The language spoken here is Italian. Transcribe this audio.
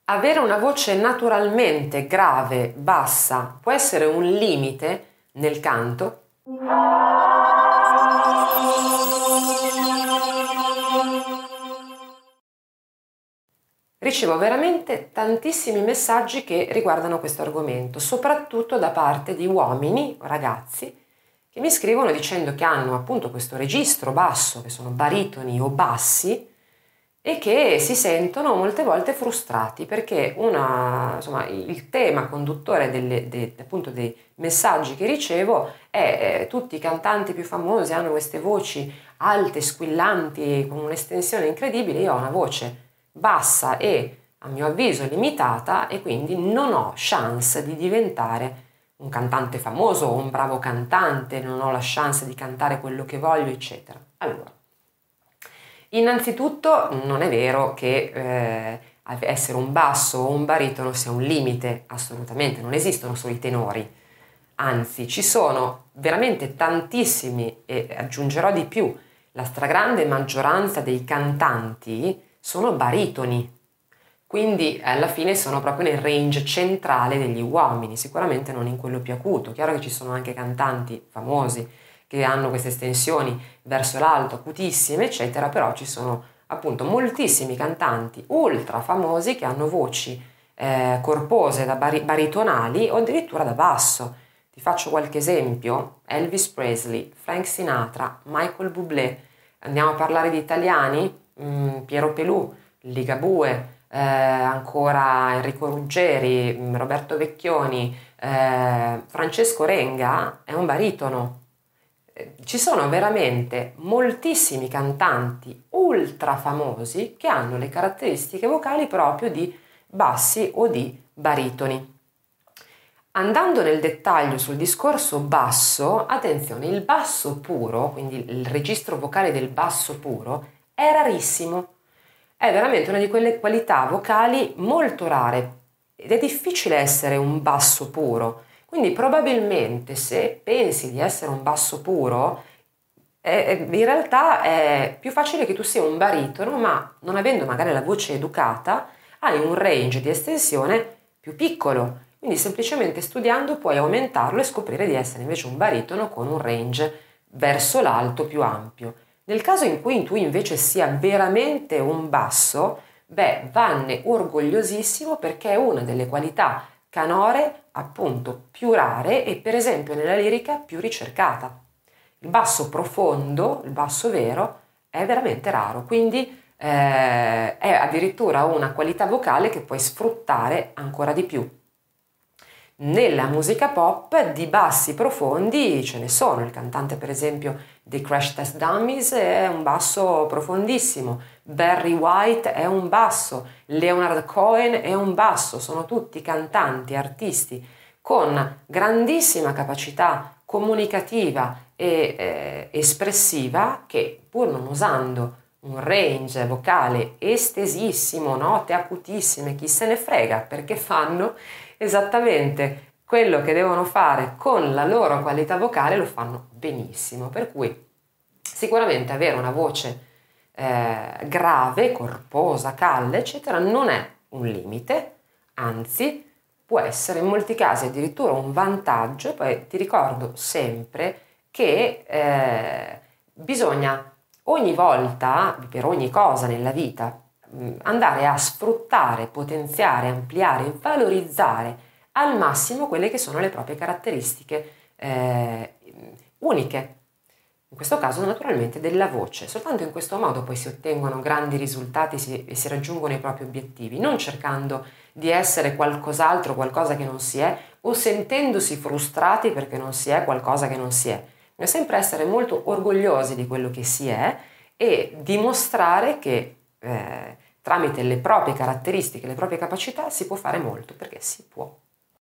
Avere una voce naturalmente grave, bassa, può essere un limite nel canto? Ricevo veramente tantissimi messaggi che riguardano questo argomento, soprattutto da parte di uomini, ragazzi, che mi scrivono dicendo che hanno appunto questo registro basso, che sono baritoni o bassi, e che si sentono molte volte frustrati perché il tema conduttore appunto dei messaggi che ricevo è tutti i cantanti più famosi hanno queste voci alte, squillanti, con un'estensione incredibile. Io ho una voce bassa e a mio avviso limitata e quindi non ho chance di diventare un cantante famoso o un bravo cantante, non ho la chance di cantare quello che voglio, eccetera. Allora, innanzitutto non è vero che essere un basso o un baritono sia un limite, assolutamente, non esistono solo i tenori, anzi ci sono veramente tantissimi e aggiungerò di più, la stragrande maggioranza dei cantanti sono baritoni, quindi alla fine sono proprio nel range centrale degli uomini, sicuramente non in quello più acuto. Chiaro che ci sono anche cantanti famosi che hanno queste estensioni verso l'alto, acutissime, eccetera, però ci sono appunto moltissimi cantanti ultra famosi che hanno voci corpose da baritonali o addirittura da basso. Ti faccio qualche esempio: Elvis Presley, Frank Sinatra, Michael Bublé. Andiamo a parlare di italiani? Piero Pelù, Ligabue, ancora Enrico Ruggeri, Roberto Vecchioni, Francesco Renga è un baritono. Ci sono veramente moltissimi cantanti ultra famosi che hanno le caratteristiche vocali proprio di bassi o di baritoni. Andando nel dettaglio sul discorso basso, attenzione, il basso puro, quindi il registro vocale del basso puro, è rarissimo. È veramente una di quelle qualità vocali molto rare ed è difficile essere un basso puro. Quindi probabilmente se pensi di essere un basso puro, in realtà è più facile che tu sia un baritono, ma non avendo magari la voce educata, hai un range di estensione più piccolo. Quindi semplicemente studiando puoi aumentarlo e scoprire di essere invece un baritono con un range verso l'alto più ampio. Nel caso in cui tu invece sia veramente un basso, beh, vanne orgogliosissimo perché è una delle qualità canore appunto più rare e per esempio nella lirica più ricercata. Il basso profondo, il basso vero, è veramente raro, quindi è addirittura una qualità vocale che puoi sfruttare ancora di più. Nella musica pop di bassi profondi ce ne sono, il cantante per esempio dei Crash Test Dummies è un basso profondissimo, Barry White è un basso, Leonard Cohen è un basso, sono tutti cantanti, artisti con grandissima capacità comunicativa e espressiva che pur non usando un range vocale estesissimo, note acutissime, chi se ne frega perché fanno esattamente quello che devono fare con la loro qualità vocale, lo fanno benissimo, per cui sicuramente avere una voce grave, corposa, calle, eccetera, non è un limite, anzi può essere in molti casi addirittura un vantaggio. Poi ti ricordo sempre che bisogna ogni volta, per ogni cosa nella vita, andare a sfruttare, potenziare, ampliare, valorizzare al massimo quelle che sono le proprie caratteristiche uniche. In questo caso naturalmente della voce. Soltanto in questo modo poi si ottengono grandi risultati e si raggiungono i propri obiettivi, non cercando di essere qualcos'altro, qualcosa che non si è, o sentendosi frustrati perché non si è qualcosa che non si è. Bisogna sempre essere molto orgogliosi di quello che si è e dimostrare che tramite le proprie caratteristiche, le proprie capacità si può fare molto, perché si può.